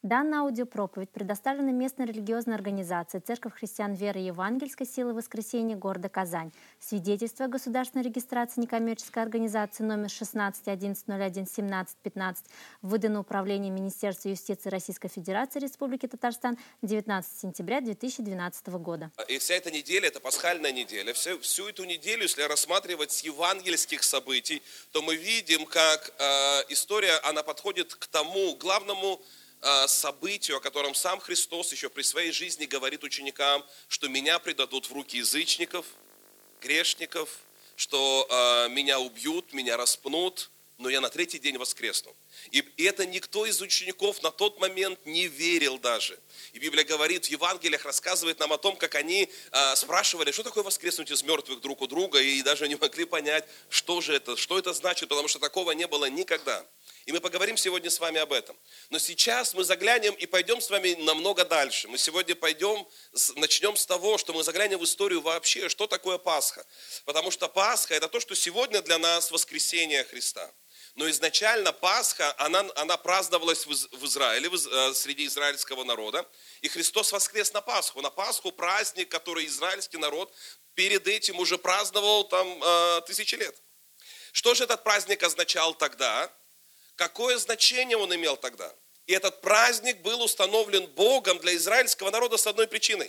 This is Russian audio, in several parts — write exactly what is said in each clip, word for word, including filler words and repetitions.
Данная аудиопроповедь предоставлена местной религиозной организацией «Церковь христиан веры Евангельской силы воскресения» города Казань. Свидетельство о государственной регистрации некоммерческой организации номер шестнадцать одиннадцать ноль один семнадцать пятнадцать, выдано Управлением Министерства юстиции Российской Федерации Республики Татарстан девятнадцатого сентября две тысячи двенадцатого года. И вся эта неделя, это пасхальная неделя. Всю, всю эту неделю, если рассматривать с евангельских событий, то мы видим, как э, история, она подходит к тому главному событию, о котором сам Христос еще при своей жизни говорит ученикам, что меня предадут в руки язычников, грешников, что э, меня убьют, меня распнут, но я на третий день воскресну. И, и это никто из учеников на тот момент не верил даже. И Библия говорит, в Евангелиях рассказывает нам о том, как они э, спрашивали, что такое воскреснуть из мертвых друг у друга, и даже не могли понять, что же это, что это значит, потому что такого не было никогда. И мы поговорим сегодня с вами об этом. Но сейчас мы заглянем и пойдем с вами намного дальше. Мы сегодня пойдем, начнем с того, что мы заглянем в историю вообще, что такое Пасха. Потому что Пасха – это то, что сегодня для нас воскресение Христа. Но изначально Пасха, она, она праздновалась в Израиле, среди израильского народа. И Христос воскрес на Пасху. На Пасху праздник, который израильский народ перед этим уже праздновал там тысячи лет. Что же этот праздник означал тогда? Какое значение он имел тогда? И этот праздник был установлен Богом для израильского народа с одной причиной.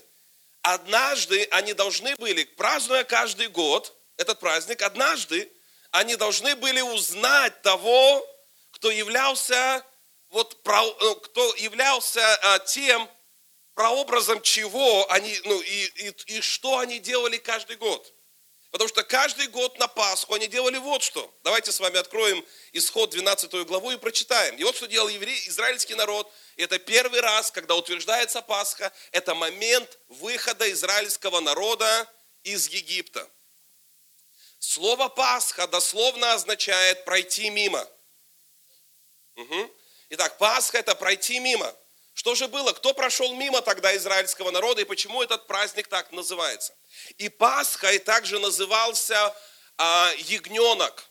Однажды они должны были, празднуя каждый год этот праздник, однажды они должны были узнать того, кто являлся, вот, кто являлся тем прообразом, чего они, ну, и, и, и что они делали каждый год. Потому что каждый год на Пасху они делали вот что. Давайте с вами откроем Исход двенадцатую главу и прочитаем. И вот что делал еврей, израильский народ. И это первый раз, когда утверждается Пасха, это момент выхода израильского народа из Египта. Слово Пасха дословно означает пройти мимо. Угу. Итак, Пасха – это пройти мимо. Что же было? Кто прошел мимо тогда израильского народа и почему этот праздник так называется? И Пасхой также назывался а, ягненок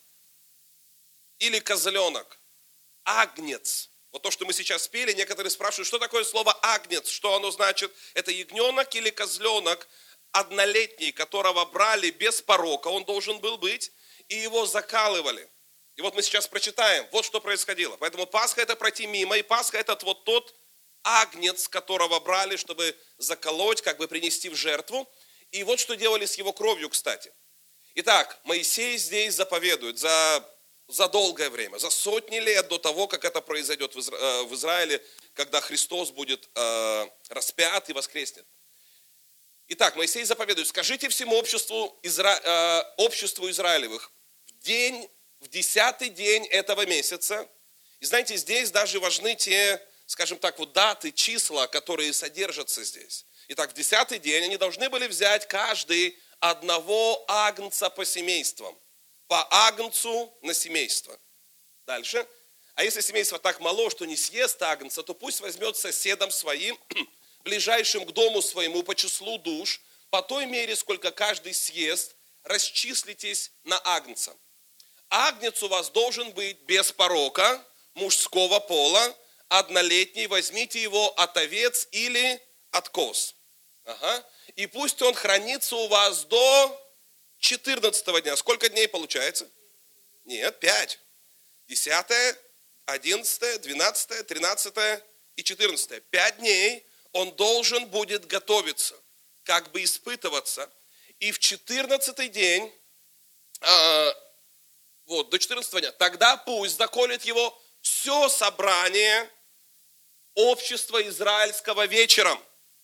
или козленок, агнец. Вот то, что мы сейчас спели, некоторые спрашивают, что такое слово агнец, что оно значит? Это ягненок или козленок однолетний, которого брали без порока, он должен был быть, и его закалывали. И вот мы сейчас прочитаем, вот что происходило. Поэтому Пасха – это пройти мимо, и Пасха – это вот тот агнец, которого брали, чтобы заколоть, как бы принести в жертву. И вот что делали с его кровью, кстати. Итак, Моисей здесь заповедует за, за долгое время, за сотни лет до того, как это произойдет в, Изра... в Израиле, когда Христос будет э, распят и воскреснет. Итак, Моисей заповедует, скажите всему обществу, Изра... э, обществу Израилевых, в день, в десятый день этого месяца, и знаете, здесь даже важны те, скажем так, вот даты, числа, которые содержатся здесь. Итак, в десятый день они должны были взять каждый одного агнца по семействам. По агнцу на семейство. Дальше. А если семейство так мало, что не съест агнца, то пусть возьмет соседом своим, ближайшим к дому своему по числу душ, по той мере, сколько каждый съест, расчислитесь на агнца. Агнец у вас должен быть без порока, мужского пола, однолетний, возьмите его от овец или от коз. Ага. И пусть он хранится у вас до четырнадцатого дня. Сколько дней получается? Нет, пять. Десятое, одиннадцатое, двенадцатое, тринадцатое и четырнадцатое. Пять дней он должен будет готовиться, как бы испытываться. И в четырнадцатый день, э, вот, до четырнадцатого дня, тогда пусть заколет его все собрание общества израильского вечером.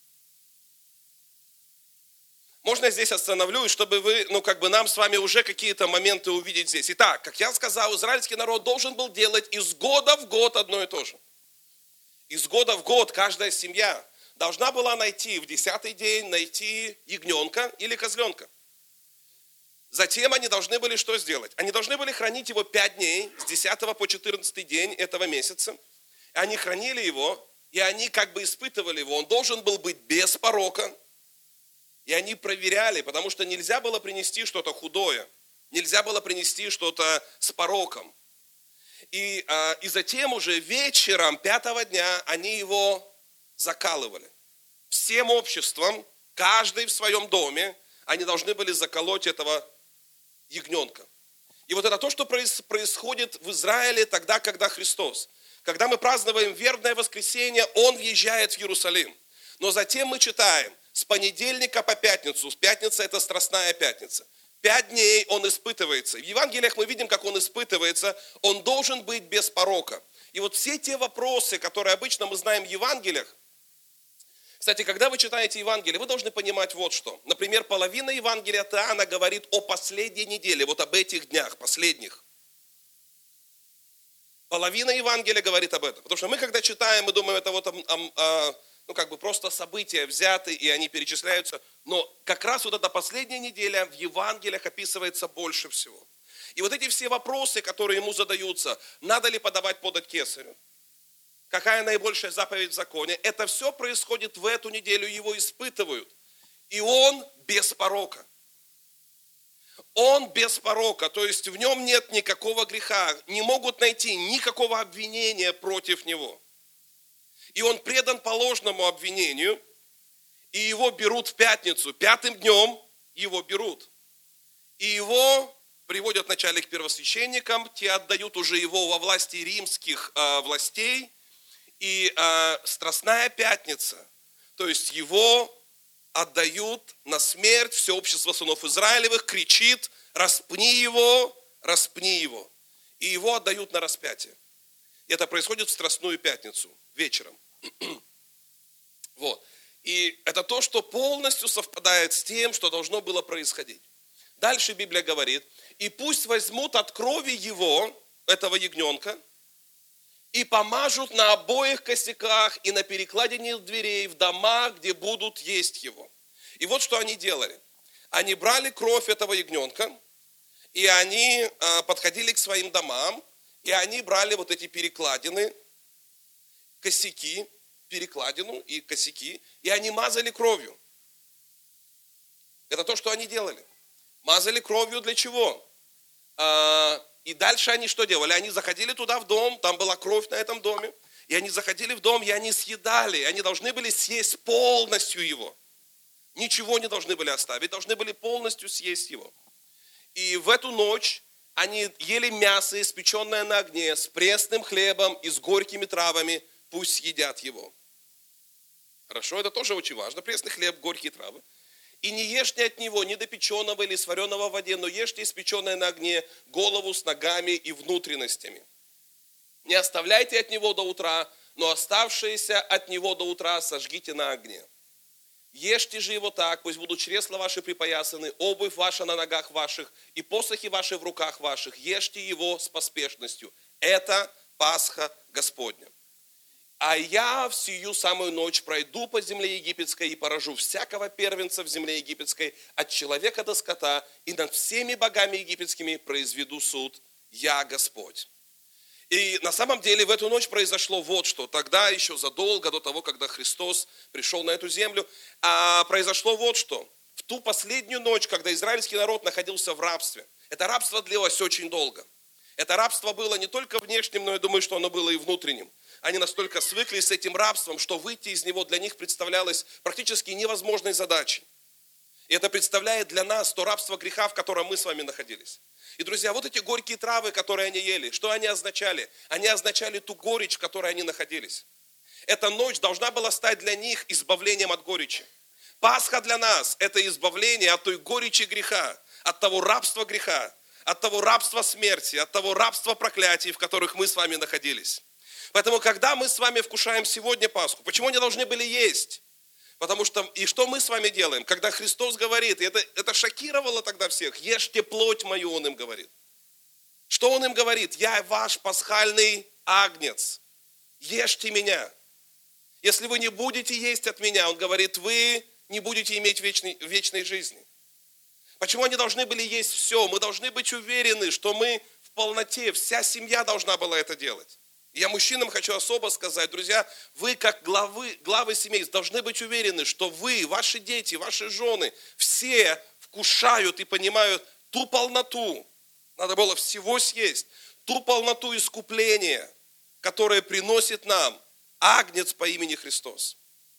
Можно я здесь остановлюсь, чтобы вы, ну, как бы нам с вами уже какие-то моменты увидеть здесь. Итак, как я сказал, израильский народ должен был делать из года в год одно и то же. Из года в год каждая семья должна была найти в десятый день, найти ягненка или козленка. Затем они должны были что сделать? Они должны были хранить его пять дней, с десятого по четырнадцатый день этого месяца. Они хранили его, и они как бы испытывали его. Он должен был быть без порока. И они проверяли, потому что нельзя было принести что-то худое. Нельзя было принести что-то с пороком. И, а, и затем уже вечером пятого дня они его закалывали. Всем обществом, каждый в своем доме, они должны были заколоть этого ягненка. И вот это то, что происходит в Израиле тогда, когда Христос. Когда мы празднуем вербное воскресенье, Он въезжает в Иерусалим. Но затем мы читаем, с понедельника по пятницу, пятница это Страстная пятница, пять дней Он испытывается. В Евангелиях мы видим, как Он испытывается, Он должен быть без порока. И вот все те вопросы, которые обычно мы знаем в Евангелиях, кстати, когда вы читаете Евангелие, вы должны понимать вот что. Например, половина Евангелия от Иоанна говорит о последней неделе, вот об этих днях, последних. Половина Евангелия говорит об этом. Потому что мы, когда читаем, мы думаем, это вот ну, как бы просто события взяты, и они перечисляются. Но как раз вот эта последняя неделя в Евангелиях описывается больше всего. И вот эти все вопросы, которые ему задаются, надо ли подавать подать кесарю? Какая наибольшая заповедь в законе? Это все происходит в эту неделю, его испытывают. И он без порока. Он без порока, то есть в нем нет никакого греха, не могут найти никакого обвинения против него. И он предан по ложному обвинению, и его берут в пятницу, пятым днем его берут. И его приводят вначале к первосвященникам, те отдают уже его во власти римских э, властей, и э, Страстная пятница, то есть его отдают на смерть, все общество сынов Израилевых кричит: распни его, распни его. И его отдают на распятие. И это происходит в Страстную пятницу вечером. Вот. И это то, что полностью совпадает с тем, что должно было происходить. Дальше Библия говорит: и пусть возьмут от крови его, этого ягненка, и помажут на обоих косяках и на перекладине дверей в дома, где будут есть его. И вот что они делали. Они брали кровь этого ягненка, и они подходили к своим домам, и они брали вот эти перекладины, косяки, перекладину и косяки, и они мазали кровью. Это то, что они делали. Мазали кровью для чего? И дальше они что делали? Они заходили туда в дом, там была кровь на этом доме, и они заходили в дом, и они съедали, они должны были съесть полностью его. Ничего не должны были оставить, должны были полностью съесть его. И в эту ночь они ели мясо, испеченное на огне, с пресным хлебом и с горькими травами, пусть едят его. Хорошо, это тоже очень важно, пресный хлеб, горькие травы. И не ешьте от него ни допеченного или сваренного в воде, но ешьте испеченное на огне, голову с ногами и внутренностями. Не оставляйте от него до утра, но оставшиеся от него до утра сожгите на огне. Ешьте же его так, пусть будут чресла ваши припоясаны, обувь ваша на ногах ваших и посохи ваши в руках ваших. Ешьте его с поспешностью. Это Пасха Господня. А я в сию самую ночь пройду по земле египетской и поражу всякого первенца в земле египетской, от человека до скота, и над всеми богами египетскими произведу суд. Я Господь. И на самом деле в эту ночь произошло вот что. Тогда еще задолго до того, когда Христос пришел на эту землю, а произошло вот что. В ту последнюю ночь, когда израильский народ находился в рабстве, это рабство длилось очень долго. Это рабство было не только внешним, но я думаю, что оно было и внутренним. Они настолько свыклись с этим рабством, что выйти из него для них представлялось практически невозможной задачей. И это представляет для нас то рабство греха, в котором мы с вами находились. И, друзья, вот эти горькие травы, которые они ели, что они означали? Они означали ту горечь, в которой они находились. Эта ночь должна была стать для них избавлением от горечи. Пасха для нас – это избавление от той горечи греха, от того рабства греха, от того рабства смерти, от того рабства проклятий, в которых мы с вами находились. Поэтому, когда мы с вами вкушаем сегодня Пасху, почему они должны были есть? Потому что, и что мы с вами делаем? Когда Христос говорит, и это, это шокировало тогда всех, ешьте плоть мою, Он им говорит. Что Он им говорит? Я ваш пасхальный агнец, ешьте меня. Если вы не будете есть от меня, Он говорит, вы не будете иметь вечной, вечной жизни. Почему они должны были есть все? Мы должны быть уверены, что мы в полноте, вся семья должна была это делать. Я мужчинам хочу особо сказать, друзья, вы как главы, главы семейств должны быть уверены, что вы, ваши дети, ваши жены, все вкушают и понимают ту полноту. Надо было всего съесть. ту полноту искупления, которое приносит нам Агнец по имени Христос.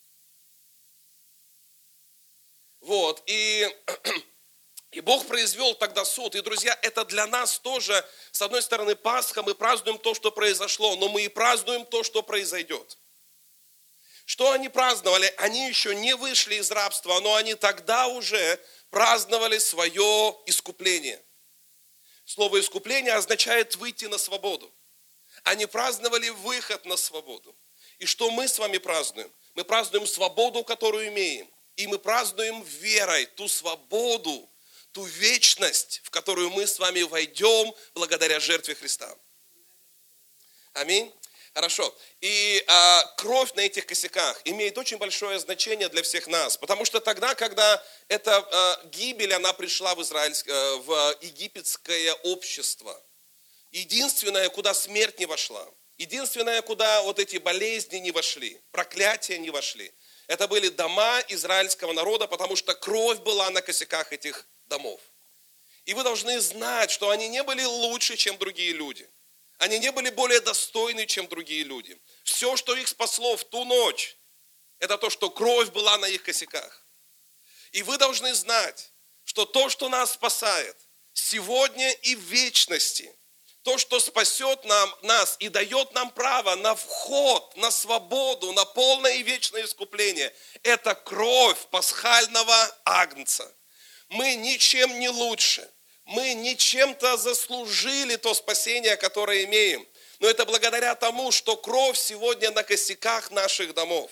Вот, и, и Бог произвел тогда суд. И, друзья, это для нас тоже, с одной стороны, Пасха, мы празднуем то, что произошло, но мы и празднуем то, что произойдет. Что они праздновали? Они еще не вышли из рабства, но они тогда уже праздновали свое искупление. Слово «искупление» означает выйти на свободу. Они праздновали выход на свободу. И что мы с вами празднуем? Мы празднуем свободу, которую имеем. И мы празднуем верой ту свободу, ту вечность, в которую мы с вами войдем благодаря жертве Христа. Аминь. Хорошо. И а, кровь на этих косяках имеет очень большое значение для всех нас. Потому что тогда, когда эта а, гибель, она пришла в, израильское, в египетское общество, единственное, куда смерть не вошла, единственное, куда вот эти болезни не вошли, проклятия не вошли, это были дома израильского народа, потому что кровь была на косяках этих домов. И вы должны знать, что они не были лучше, чем другие люди. Они не были более достойны, чем другие люди. Все, что их спасло в ту ночь, это то, что кровь была на их косяках. И вы должны знать, что то, что нас спасает сегодня и в вечности, то, что спасет нам, нас и дает нам право на вход, на свободу, на полное и вечное искупление, это кровь пасхального агнца. Мы ничем не лучше. Мы не чем-то заслужили то спасение, которое имеем. Но это благодаря тому, что кровь сегодня на косяках наших домов.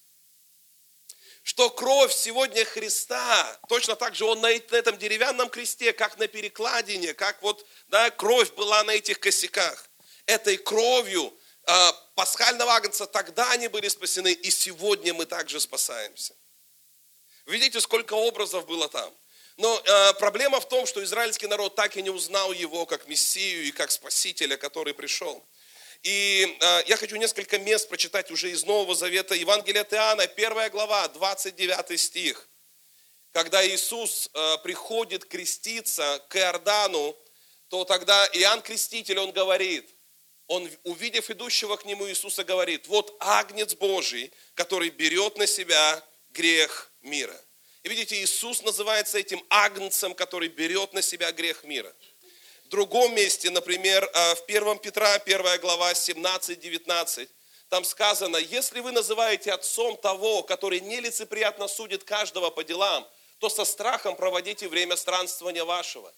Что кровь сегодня Христа, точно так же Он на этом деревянном кресте, как на перекладине, как вот да, кровь была на этих косяках. Этой кровью э, пасхального агнца тогда они были спасены, и сегодня мы также спасаемся. Видите, сколько образов было там. Но э, проблема в том, что израильский народ так и не узнал его как Мессию и как Спасителя, который пришел. И э, я хочу несколько мест прочитать уже из Нового Завета. Евангелие от Иоанна, первая глава, двадцать девятый стих. Когда Иисус э, приходит креститься к Иордану, то тогда Иоанн Креститель, он говорит, он, увидев идущего к нему Иисуса, говорит, вот Агнец Божий, который берет на себя грех мира. И видите, Иисус называется этим агнцем, который берет на себя грех мира. В другом месте, например, в первом Петра, первая глава, семнадцать девятнадцать, там сказано, если вы называете отцом того, который нелицеприятно судит каждого по делам, то со страхом проводите время странствования вашего,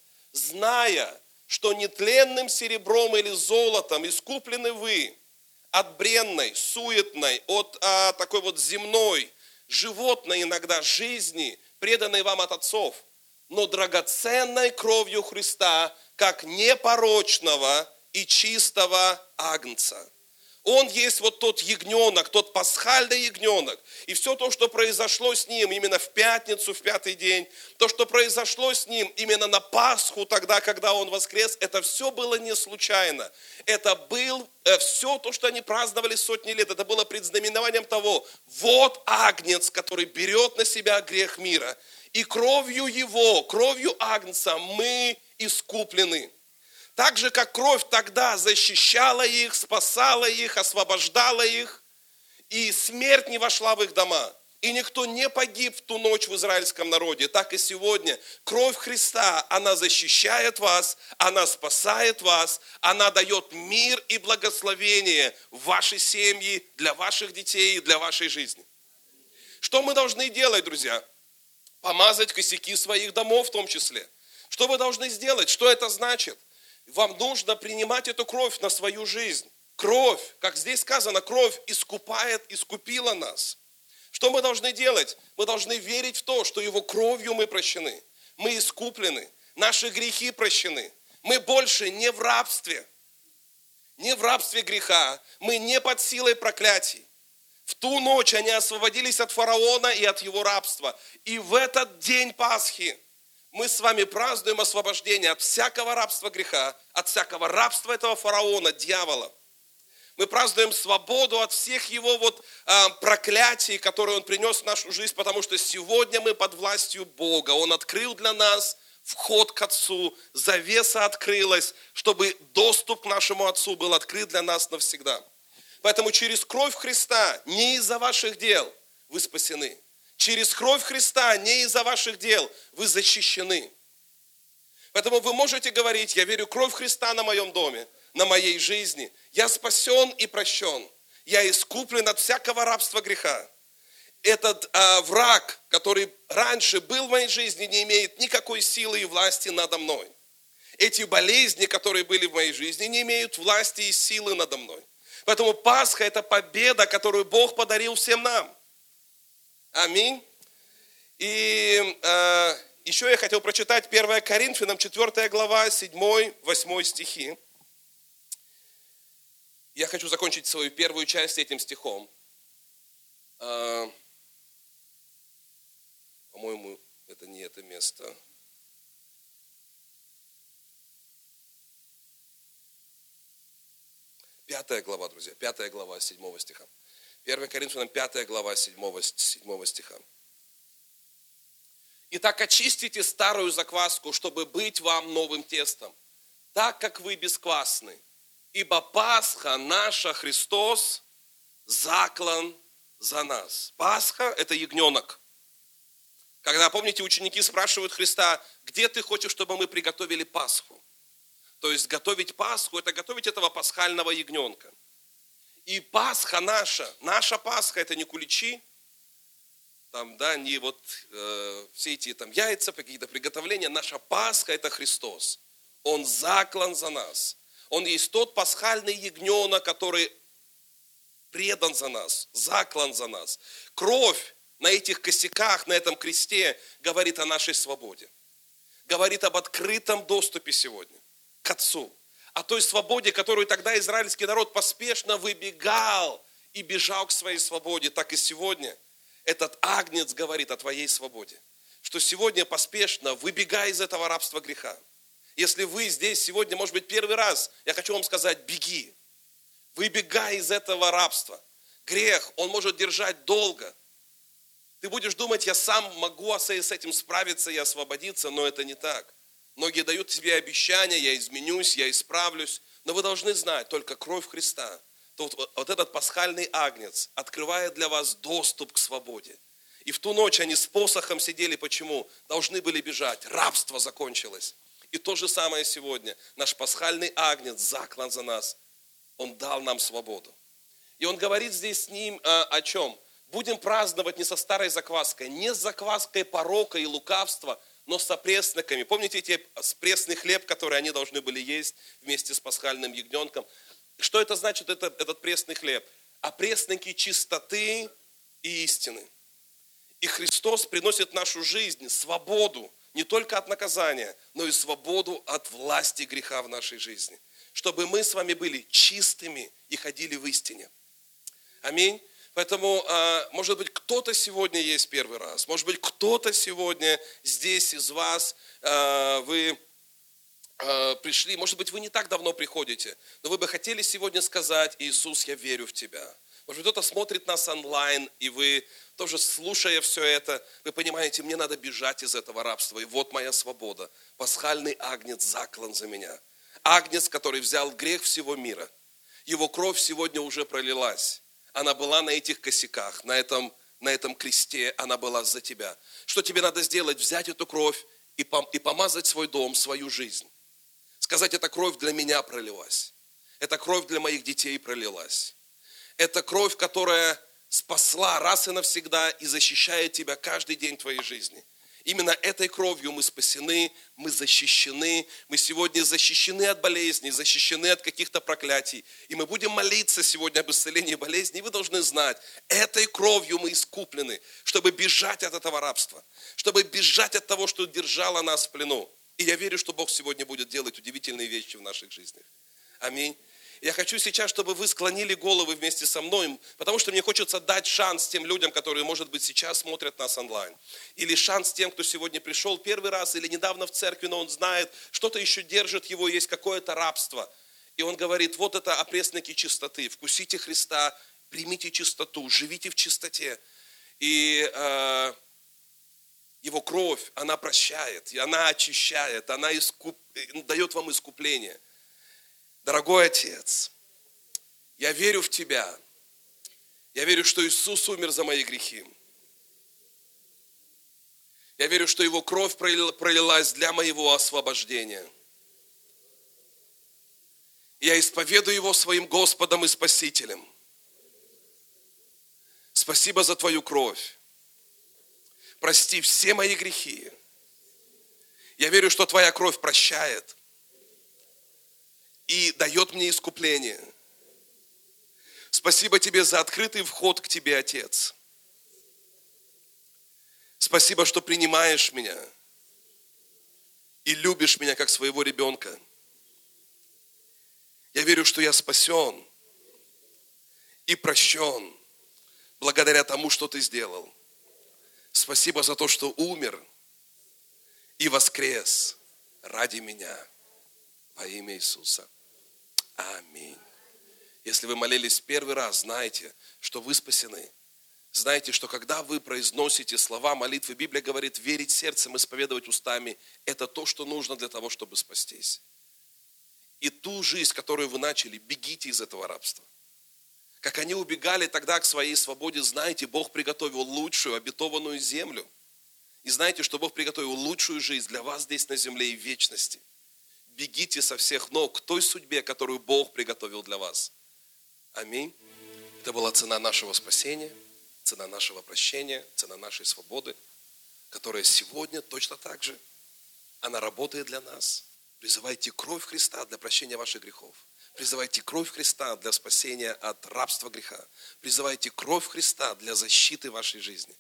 зная, что нетленным серебром или золотом искуплены вы от бренной, суетной, от а, такой вот земной, животной иногда жизни, преданной вам от отцов, но драгоценной кровью Христа, как непорочного и чистого агнца. Он есть вот тот ягненок, тот пасхальный ягненок. И все то, что произошло с ним именно в пятницу, в пятый день, то, что произошло с ним именно на Пасху, тогда, когда он воскрес, это все было не случайно. Это был все то, что они праздновали сотни лет, это было предзнаменованием того, вот агнец, который берет на себя грех мира. И кровью его, кровью агнца мы искуплены. Так же, как кровь тогда защищала их, спасала их, освобождала их, и смерть не вошла в их дома, и никто не погиб в ту ночь в израильском народе, так и сегодня. Кровь Христа, она защищает вас, она спасает вас, она дает мир и благословение в вашей семье, для ваших детей и для вашей жизни. Что мы должны делать, друзья? Помазать косяки своих домов в том числе. Что вы должны сделать? Что это значит? Вам нужно принимать эту кровь на свою жизнь. Кровь, как здесь сказано, кровь искупает, искупила нас. Что мы должны делать? Мы должны верить в то, что Его кровью мы прощены. Мы искуплены, наши грехи прощены. Мы больше не в рабстве, не в рабстве греха, мы не под силой проклятий. В ту ночь они освободились от фараона и от его рабства. И в этот день Пасхи мы с вами празднуем освобождение от всякого рабства греха, от всякого рабства этого фараона, дьявола. Мы празднуем свободу от всех его вот, а, проклятий, которые он принес в нашу жизнь, потому что сегодня мы под властью Бога. Он открыл для нас вход к Отцу, завеса открылась, чтобы доступ к нашему Отцу был открыт для нас навсегда. Поэтому через кровь Христа, не из-за ваших дел, вы спасены. Через кровь Христа, не из-за ваших дел, вы защищены. Поэтому вы можете говорить: я верю, кровь Христа на моем доме, на моей жизни. Я спасен и прощен. Я искуплен от всякого рабства греха. Этот а, враг, который раньше был в моей жизни, не имеет никакой силы и власти надо мной. Эти болезни, которые были в моей жизни, не имеют власти и силы надо мной. Поэтому Пасха – это победа, которую Бог подарил всем нам. Аминь. И э, еще я хотел прочитать первое Коринфянам, четвёртая глава, седьмой, восьмой стихи. Я хочу закончить свою первую часть этим стихом. Э, по-моему, это не это место. Пятая глава, друзья, пятая глава, седьмого стиха. первое Коринфянам, пятая глава, седьмого, седьмого стиха. «Итак, очистите старую закваску, чтобы быть вам новым тестом, так как вы бесквасны. Ибо Пасха наша, Христос, заклан за нас». Пасха – это ягненок. Когда, помните, ученики спрашивают Христа: где ты хочешь, чтобы мы приготовили Пасху? То есть готовить Пасху – это готовить этого пасхального ягненка. И Пасха наша, наша Пасха – это не куличи, там, да, не вот э, все эти там яйца, какие-то приготовления. Наша Пасха – это Христос. Он заклан за нас. Он есть тот пасхальный ягненок, который предан за нас, заклан за нас. Кровь на этих косяках, на этом кресте говорит о нашей свободе. Говорит об открытом доступе сегодня к Отцу. О той свободе, которую тогда израильский народ поспешно выбегал и бежал к своей свободе, так и сегодня этот агнец говорит о твоей свободе. Что сегодня поспешно выбегай из этого рабства греха. Если вы здесь сегодня, может быть, первый раз, я хочу вам сказать: беги. Выбегай из этого рабства. Грех, он может держать долго. Ты будешь думать: я сам могу с этим справиться и освободиться, но это не так. Многие дают тебе обещания: я изменюсь, я исправлюсь. Но вы должны знать, только кровь Христа, то вот, вот этот пасхальный агнец открывает для вас доступ к свободе. И в ту ночь они с посохом сидели. Почему? Должны были бежать. Рабство закончилось. И то же самое сегодня. Наш пасхальный агнец заклан за нас. Он дал нам свободу. И он говорит здесь с ним а, о чем? Будем праздновать не со старой закваской, не с закваской порока и лукавства, но с опресноками. Помните эти пресный хлеб, который они должны были есть вместе с пасхальным ягненком? Что это значит, этот, этот пресный хлеб? Опресноки чистоты и истины. И Христос приносит в нашу жизнь свободу, не только от наказания, но и свободу от власти греха в нашей жизни. Чтобы мы с вами были чистыми и ходили в истине. Аминь. Поэтому, может быть, кто-то сегодня есть первый раз. Может быть, кто-то сегодня здесь из вас, вы пришли, может быть, вы не так давно приходите, но вы бы хотели сегодня сказать: Иисус, я верю в Тебя. Может быть, кто-то смотрит нас онлайн, и вы тоже, слушая все это, вы понимаете: мне надо бежать из этого рабства, и вот моя свобода. Пасхальный агнец заклан за меня. Агнец, который взял грех всего мира. Его кровь сегодня уже пролилась. Она была на этих косяках, на этом, на этом кресте, она была за тебя. Что тебе надо сделать? Взять эту кровь и, пом- и помазать свой дом, свою жизнь. Сказать: эта кровь для меня пролилась. Эта кровь для моих детей пролилась. Это кровь, которая спасла раз и навсегда и защищает тебя каждый день твоей жизни. Именно этой кровью мы спасены, мы защищены. Мы сегодня защищены от болезней, защищены от каких-то проклятий. И мы будем молиться сегодня об исцелении болезней. И вы должны знать, этой кровью мы искуплены, чтобы бежать от этого рабства, чтобы бежать от того, что держало нас в плену. И я верю, что Бог сегодня будет делать удивительные вещи в наших жизнях. Аминь. Я хочу сейчас, чтобы вы склонили головы вместе со мной, потому что мне хочется дать шанс тем людям, которые, может быть, сейчас смотрят нас онлайн. Или шанс тем, кто сегодня пришел первый раз или недавно в церкви, но он знает, что-то еще держит его, есть какое-то рабство. И он говорит: вот это опресноки чистоты, вкусите Христа, примите чистоту, живите в чистоте. И э, Его кровь, она прощает, и она очищает, она искуп... дает вам искупление. Дорогой Отец, я верю в Тебя. Я верю, что Иисус умер за мои грехи. Я верю, что Его кровь пролилась для моего освобождения. Я исповедую Его своим Господом и Спасителем. Спасибо за Твою кровь. Прости все мои грехи. Я верю, что Твоя кровь прощает и дает мне искупление. Спасибо Тебе за открытый вход к Тебе, Отец. Спасибо, что принимаешь меня и любишь меня как своего ребенка. Я верю, что я спасен и прощен благодаря тому, что Ты сделал. Спасибо за то, что умер и воскрес ради меня во имя Иисуса. Аминь. Если вы молились первый раз, знайте, что вы спасены. Знайте, что когда вы произносите слова молитвы, Библия говорит, верить сердцем, исповедовать устами, это то, что нужно для того, чтобы спастись. И ту жизнь, которую вы начали, бегите из этого рабства. Как они убегали тогда к своей свободе, знайте, Бог приготовил лучшую обетованную землю. И знайте, что Бог приготовил лучшую жизнь для вас здесь на земле и в вечности. Бегите со всех ног к той судьбе, которую Бог приготовил для вас. Аминь. Это была цена нашего спасения, цена нашего прощения, цена нашей свободы, которая сегодня точно так же, она работает для нас. Призывайте кровь Христа для прощения ваших грехов. Призывайте кровь Христа для спасения от рабства греха. Призывайте кровь Христа для защиты вашей жизни.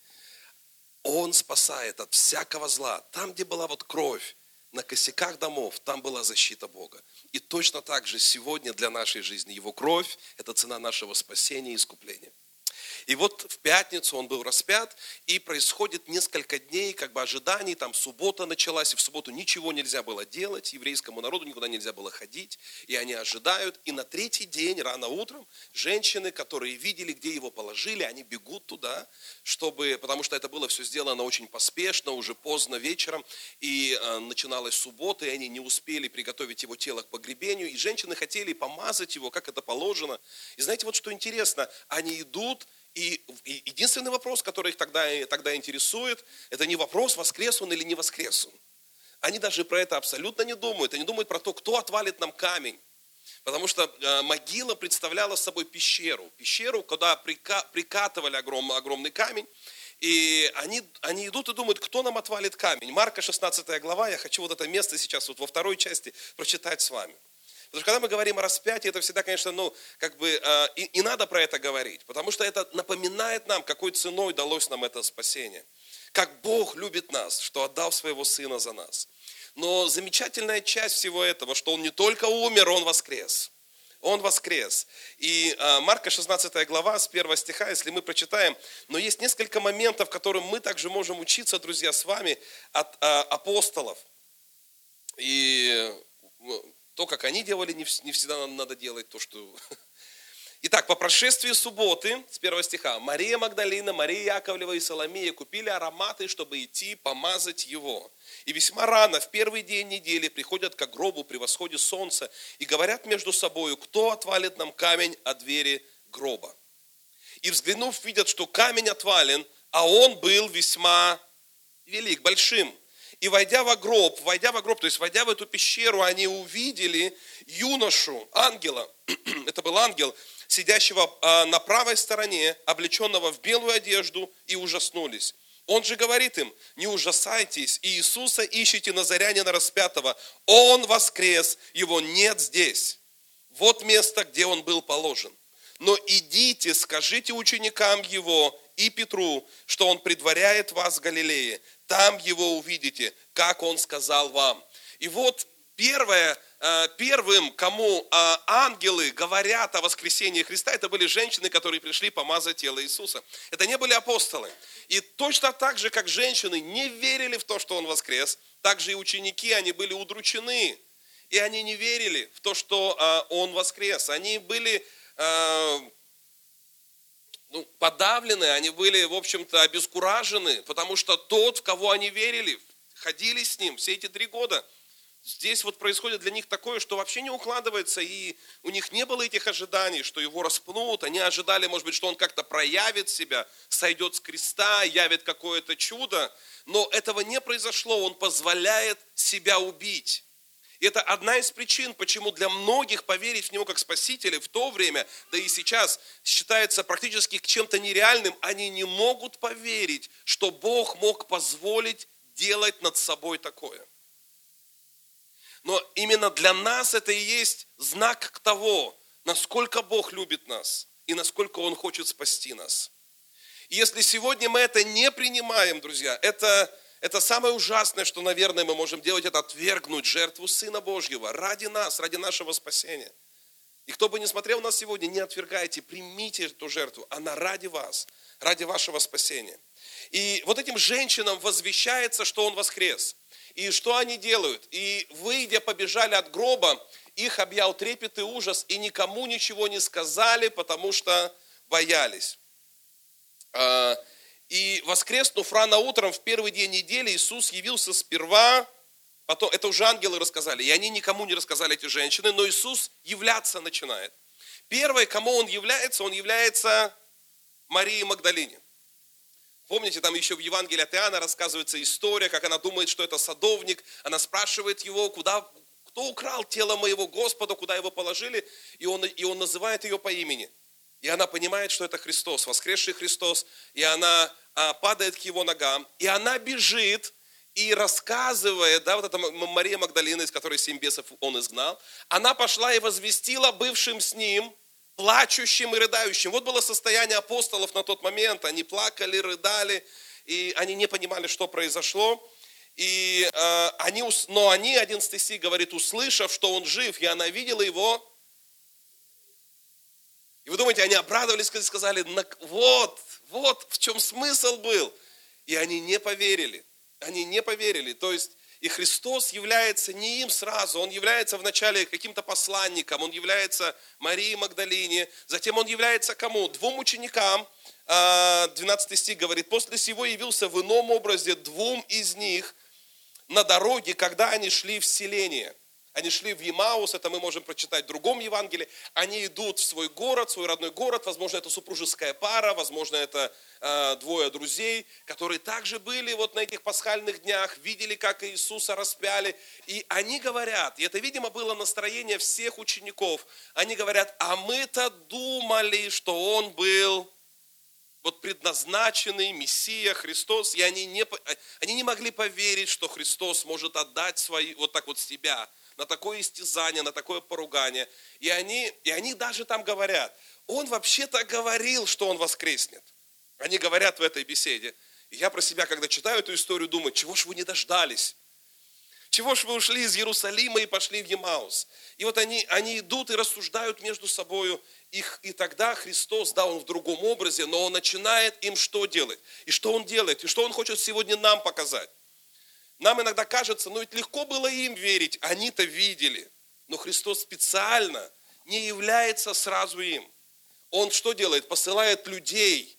Он спасает от всякого зла. Там, где была вот кровь, на косяках домов, там была защита Бога. И точно так же сегодня для нашей жизни Его кровь – это цена нашего спасения и искупления. И вот в пятницу он был распят, и происходит несколько дней как бы ожиданий, там суббота началась, и в субботу ничего нельзя было делать, еврейскому народу никуда нельзя было ходить, и они ожидают. И на третий день, рано утром, женщины, которые видели, где его положили, они бегут туда, чтобы, потому что это было все сделано очень поспешно, уже поздно вечером, и э, начиналась суббота, и они не успели приготовить его тело к погребению, и женщины хотели помазать его, как это положено. И знаете, вот что интересно, они идут, И единственный вопрос, который их тогда, тогда интересует, это не вопрос, воскрес он или не воскрес он. Они даже про это абсолютно не думают. Они думают про то, кто отвалит нам камень. Потому что могила представляла собой пещеру. Пещеру, куда прикатывали огромный, огромный камень. И они, они идут и думают, кто нам отвалит камень. Марка шестнадцатая глава, я хочу вот это место сейчас вот во второй части прочитать с вами. Потому что когда мы говорим о распятии, это всегда, конечно, ну, как бы э, и, и надо про это говорить. Потому что это напоминает нам, какой ценой далось нам это спасение. Как Бог любит нас, что отдал своего Сына за нас. Но замечательная часть всего этого, что Он не только умер, Он воскрес. Он воскрес. И э, Марка шестнадцатая глава, с первого стиха, если мы прочитаем, но есть несколько моментов, которым мы также можем учиться, друзья, с вами от э, апостолов. И... То, как они делали, не всегда надо делать то, что... Итак, по прошествии субботы, с первого стиха, Мария Магдалина, Мария Яковлева и Соломея купили ароматы, чтобы идти помазать его. И весьма рано, в первый день недели, приходят к гробу при восходе солнца и говорят между собой, кто отвалит нам камень от двери гроба. И взглянув, видят, что камень отвален, а он был весьма велик, большим. И войдя во гроб, войдя во гроб, то есть войдя в эту пещеру, они увидели юношу, ангела, это был ангел, сидящего на правой стороне, облеченного в белую одежду, и ужаснулись. Он же говорит им, не ужасайтесь, Иисуса ищите Назарянина распятого, Он воскрес, Его нет здесь. Вот место, где Он был положен. Но идите, скажите ученикам Его и Петру, что Он предваряет вас в Галилее. Там Его увидите, как Он сказал вам. И вот первое, первым, кому ангелы говорят о воскресении Христа, это были женщины, которые пришли помазать тело Иисуса. Это не были апостолы. И точно так же, как женщины не верили в то, что Он воскрес, так же и ученики, они были удручены. И они не верили в то, что Он воскрес. Они были... ну, подавлены, они были, в общем-то, обескуражены, потому что тот, в кого они верили, ходили с ним все эти три года. Здесь вот происходит для них такое, что вообще не укладывается, и у них не было этих ожиданий, что его распнут. Они ожидали, может быть, что он как-то проявит себя, сойдет с креста, явит какое-то чудо. Но этого не произошло, он позволяет себя убить. И это одна из причин, почему для многих поверить в него как спасителя в то время, да и сейчас, считается практически чем-то нереальным. Они не могут поверить, что Бог мог позволить делать над собой такое. Но именно для нас это и есть знак того, насколько Бог любит нас и насколько Он хочет спасти нас. И если сегодня мы это не принимаем, друзья, это, это самое ужасное, что, наверное, мы можем делать, это отвергнуть жертву Сына Божьего ради нас, ради нашего спасения. И кто бы ни смотрел нас сегодня, не отвергайте, примите эту жертву, она ради вас, ради вашего спасения. И вот этим женщинам возвещается, что Он воскрес. И что они делают? И выйдя, побежали от гроба, их объял трепет и ужас, и никому ничего не сказали, потому что боялись. И воскреснув рано утром в первый день недели, Иисус явился сперва, потом, это уже ангелы рассказали, и они никому не рассказали, эти женщины, но Иисус являться начинает. Первое, кому Он является, Он является Марии Магдалине. Помните, там еще в Евангелии от Иоанна рассказывается история, как она думает, что это садовник. Она спрашивает его, куда, кто украл тело моего Господа, куда его положили, и он, и он называет ее по имени. И она понимает, что это Христос, воскресший Христос, и она а, падает к его ногам, и она бежит и рассказывает, да, вот эта Мария Магдалина, из которой семь бесов он изгнал, она пошла и возвестила бывшим с ним, плачущим и рыдающим. Вот было состояние апостолов на тот момент. Они плакали, рыдали, и они не понимали, что произошло. И, э, они, но они, одиннадцатый стих говорит, услышав, что он жив, и она видела его. И вы думаете, они обрадовались, когда сказали, вот, вот в чем смысл был. И они не поверили. Они не поверили. То есть, и Христос является не им сразу, Он является вначале каким-то посланником, Он является Марии Магдалине, затем Он является кому? Двум ученикам, двенадцатый стих говорит, после сего явился в ином образе двум из них на дороге, когда они шли в селение. Они шли в Емаус, это мы можем прочитать в другом Евангелии. Они идут в свой город, свой родной город, возможно, это супружеская пара, возможно, это э, двое друзей, которые также были вот на этих пасхальных днях, видели, как Иисуса распяли. И они говорят, и это, видимо, было настроение всех учеников, они говорят, а мы-то думали, что Он был вот предназначенный Мессия, Христос, и они не, они не могли поверить, что Христос может отдать свои, вот так вот себя, на такое истязание, на такое поругание. И они, и они даже там говорят, Он вообще-то говорил, что Он воскреснет. Они говорят в этой беседе. И я про себя, когда читаю эту историю, думаю, чего ж вы не дождались? Чего ж вы ушли из Иерусалима и пошли в Емаус? И вот они, они идут и рассуждают между собою. Их, и тогда Христос, да, Он в другом образе, но Он начинает им что делать? И что Он делает? И что Он хочет сегодня нам показать? Нам иногда кажется, ну ведь легко было им верить, они-то видели. Но Христос специально не является сразу им. Он что делает? Посылает людей,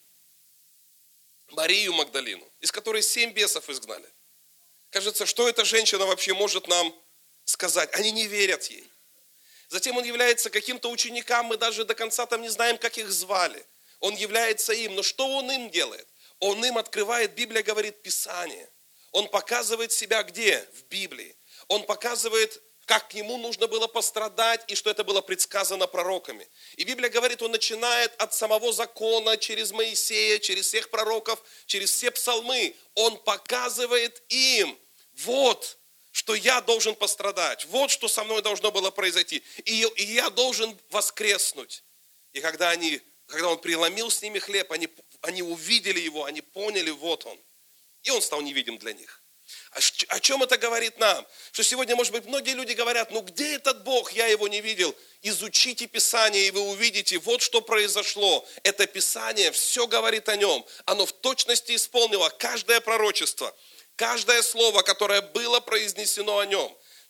Марию Магдалину, из которой семь бесов изгнали. Кажется, что эта женщина вообще может нам сказать? Они не верят ей. Затем Он является каким-то ученикам, мы даже до конца там не знаем, как их звали. Он является им, но что Он им делает? Он им открывает, Библия говорит, Писание. Он показывает себя где? В Библии. Он показывает, как ему нужно было пострадать, и что это было предсказано пророками. И Библия говорит, он начинает от самого закона, через Моисея, через всех пророков, через все псалмы. Он показывает им, вот, что я должен пострадать, вот, что со мной должно было произойти. И, и я должен воскреснуть. И когда, они, когда он преломил с ними хлеб, они, они увидели его, они поняли, вот он. И он стал невидим для них. О чем это говорит нам? Что сегодня, может быть, многие люди говорят, ну где этот Бог, я его не видел. Изучите Писание, и вы увидите, вот что произошло. Это Писание, все говорит о нем. Оно в точности исполнило каждое пророчество, каждое слово, которое было произнесено о нем.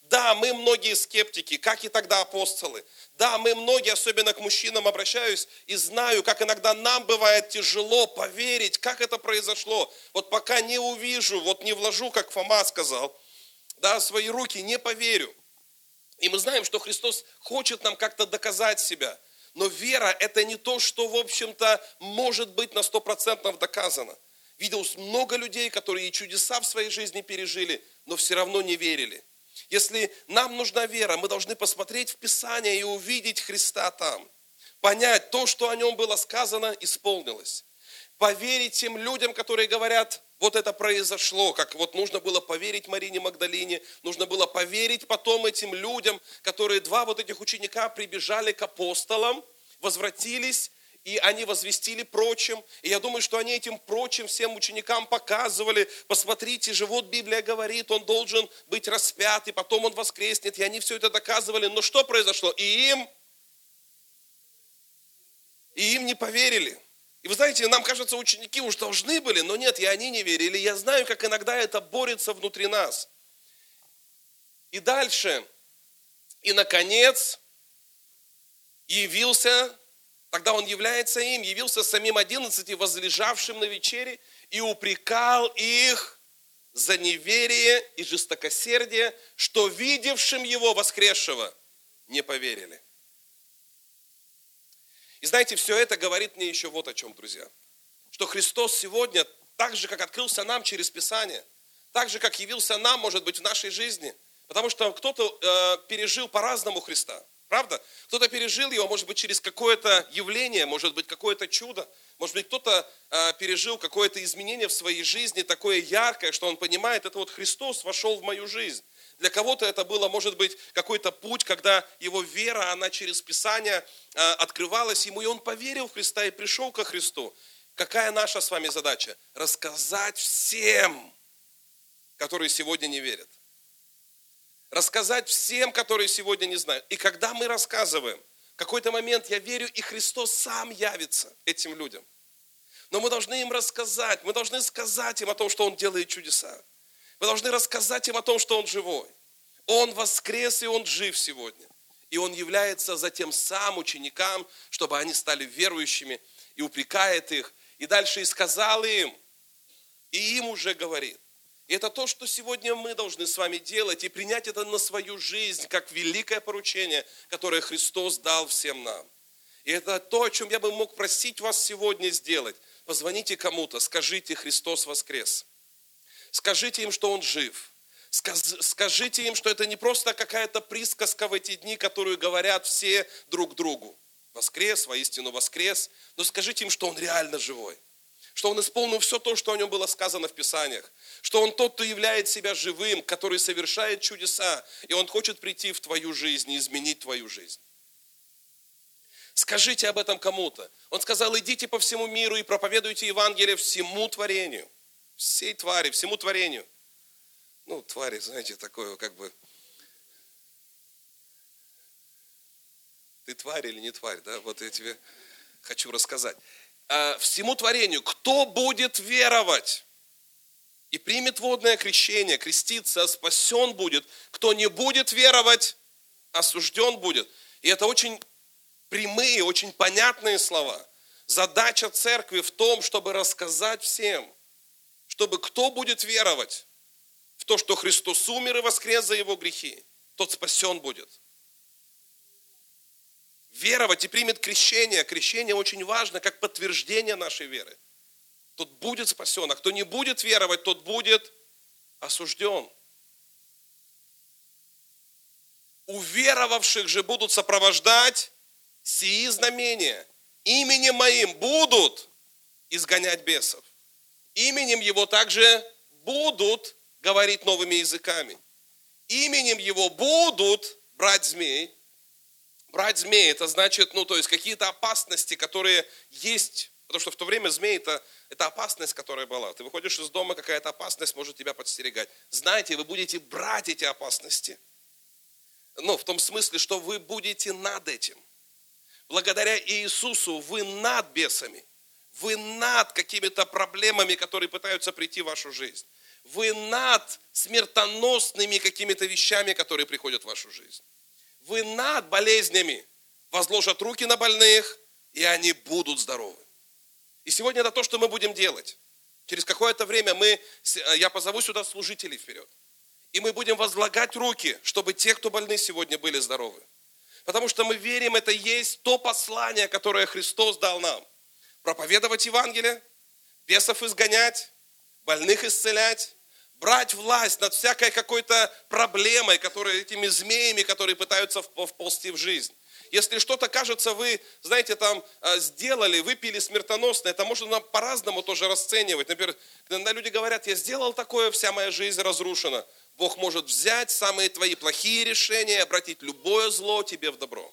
Да, мы многие скептики, как и тогда апостолы. Да, мы многие, особенно к мужчинам обращаюсь, и знаю, как иногда нам бывает тяжело поверить, как это произошло. Вот пока не увижу, вот не вложу, как Фома сказал, да, свои руки, не поверю. И мы знаем, что Христос хочет нам как-то доказать себя. Но вера – это не то, что, в общем-то, может быть на сто процентов доказано. Видел много людей, которые и чудеса в своей жизни пережили, но все равно не верили. Если нам нужна вера, мы должны посмотреть в Писание и увидеть Христа там. Понять, то, что о нем было сказано, исполнилось. Поверить тем людям, которые говорят, вот это произошло, как вот нужно было поверить Марине Магдалине, нужно было поверить потом этим людям, которые два вот этих ученика прибежали к апостолам, возвратились, и они возвестили прочим. И я думаю, что они этим прочим всем ученикам показывали. Посмотрите же, вот Библия говорит, он должен быть распят, и потом он воскреснет. И они все это доказывали. Но что произошло? И им, и им не поверили. И вы знаете, нам кажется, ученики уж должны были, но нет, и они не верили. Я знаю, как иногда это борется внутри нас. И дальше, и наконец, явился... Тогда он является им, явился самим одиннадцати, возлежавшим на вечере, и упрекал их за неверие и жестокосердие, что видевшим его воскресшего не поверили. И знаете, все это говорит мне еще вот о чем, друзья. Что Христос сегодня, так же, как открылся нам через Писание, так же, как явился нам, может быть, в нашей жизни, потому что кто-то э, пережил по-разному Христа. Правда? Кто-то пережил его, может быть, через какое-то явление, может быть, какое-то чудо. Может быть, кто-то э, пережил какое-то изменение в своей жизни, такое яркое, что он понимает, это вот Христос вошел в мою жизнь. Для кого-то это было, может быть, какой-то путь, когда его вера, она через Писание э, открывалась ему, и он поверил в Христа и пришел ко Христу. Какая наша с вами задача? Рассказать всем, которые сегодня не верят. Рассказать всем, которые сегодня не знают. И когда мы рассказываем, в какой-то момент, я верю, и Христос сам явится этим людям. Но мы должны им рассказать, мы должны сказать им о том, что Он делает чудеса. Мы должны рассказать им о том, что Он живой. Он воскрес, и Он жив сегодня. И Он является затем сам ученикам, чтобы они стали верующими, и упрекает их. И дальше и сказал им, и им уже говорит. И это то, что сегодня мы должны с вами делать и принять это на свою жизнь, как великое поручение, которое Христос дал всем нам. И это то, о чем я бы мог просить вас сегодня сделать. Позвоните кому-то, скажите, Христос воскрес. Скажите им, что Он жив. Скажите им, что это не просто какая-то присказка в эти дни, которую говорят все друг другу. Воскрес, воистину воскрес. Но скажите им, что Он реально живой. Что Он исполнил все то, что о Нем было сказано в Писаниях. Что Он тот, кто являет себя живым, который совершает чудеса. И Он хочет прийти в твою жизнь и изменить твою жизнь. Скажите об этом кому-то. Он сказал, идите по всему миру и проповедуйте Евангелие всему творению. Всей твари, всему творению. Ну, твари, знаете, такое как бы... Ты тварь или не тварь, да? Вот я тебе хочу рассказать. Всему творению, кто будет веровать и примет водное крещение, креститься, спасен будет. Кто не будет веровать, осужден будет. И это очень прямые, очень понятные слова. Задача церкви в том, чтобы рассказать всем, чтобы кто будет веровать в то, что Христос умер и воскрес за его грехи, тот спасен будет. Веровать и примет крещение. Крещение очень важно, как подтверждение нашей веры. Тот будет спасен, а кто не будет веровать, тот будет осужден. Уверовавших же будут сопровождать сии знамения. Именем моим будут изгонять бесов. Именем его также будут говорить новыми языками. Именем его будут брать змей. Брать змей, это значит, ну, то есть какие-то опасности, которые есть. Потому что в то время змей это, это опасность, которая была. Ты выходишь из дома, какая-то опасность может тебя подстерегать. Знаете, вы будете брать эти опасности. Ну, в том смысле, что вы будете над этим. Благодаря Иисусу вы над бесами. Вы над какими-то проблемами, которые пытаются прийти в вашу жизнь. Вы над смертоносными какими-то вещами, которые приходят в вашу жизнь. Вы над болезнями. Возложат руки на больных, и они будут здоровы. И сегодня это то, что мы будем делать. Через какое-то время мы, я позову сюда служителей вперед. И мы будем возлагать руки, чтобы те, кто больны сегодня, были здоровы. Потому что мы верим, это есть то послание, которое Христос дал нам. Проповедовать Евангелие, бесов изгонять, больных исцелять, брать власть над всякой какой-то проблемой, которая, этими змеями, которые пытаются вползти в жизнь. Если что-то, кажется, вы, знаете, там сделали, выпили смертоносное, это можно по-разному тоже расценивать. Например, когда люди говорят, я сделал такое, вся моя жизнь разрушена. Бог может взять самые твои плохие решения и обратить любое зло тебе в добро.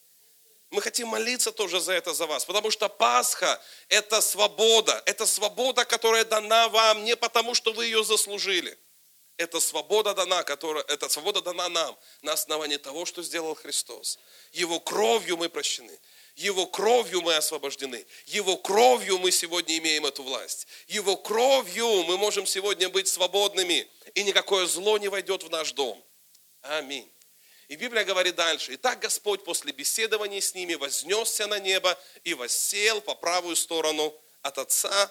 Мы хотим молиться тоже за это, за вас, потому что Пасха – это свобода. Это свобода, которая дана вам не потому, что вы ее заслужили. Это свобода дана, которая, это свобода дана нам на основании того, что сделал Христос. Его кровью мы прощены. Его кровью мы освобождены. Его кровью мы сегодня имеем эту власть. Его кровью мы можем сегодня быть свободными. И никакое зло не войдет в наш дом. Аминь. И Библия говорит дальше. Итак, Господь после беседования с ними вознесся на небо и воссел по правую сторону от Отца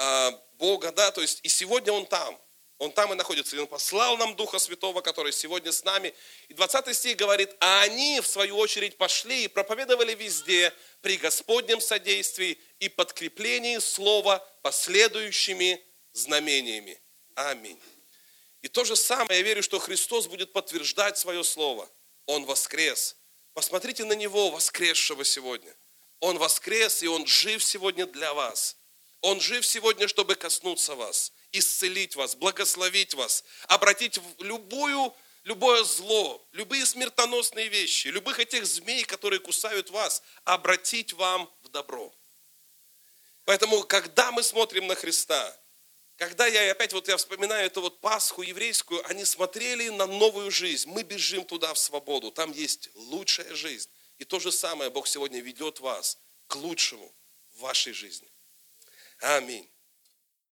Бога. Да? То есть и сегодня Он там. Он там и находится. И Он послал нам Духа Святого, который сегодня с нами. И двадцатый стих говорит, а они, в свою очередь, пошли и проповедовали везде при Господнем содействии и подкреплении слова последующими знамениями. Аминь. И то же самое, я верю, что Христос будет подтверждать свое слово. Он воскрес. Посмотрите на Него, воскресшего сегодня. Он воскрес, и Он жив сегодня для вас. Он жив сегодня, чтобы коснуться вас, исцелить вас, благословить вас, обратить в любую, любое зло, любые смертоносные вещи, любых этих змей, которые кусают вас, обратить вам в добро. Поэтому, когда мы смотрим на Христа, когда я, опять вот я вспоминаю эту вот Пасху еврейскую, они смотрели на новую жизнь. Мы бежим туда в свободу. Там есть лучшая жизнь. И то же самое Бог сегодня ведет вас к лучшему в вашей жизни. Аминь.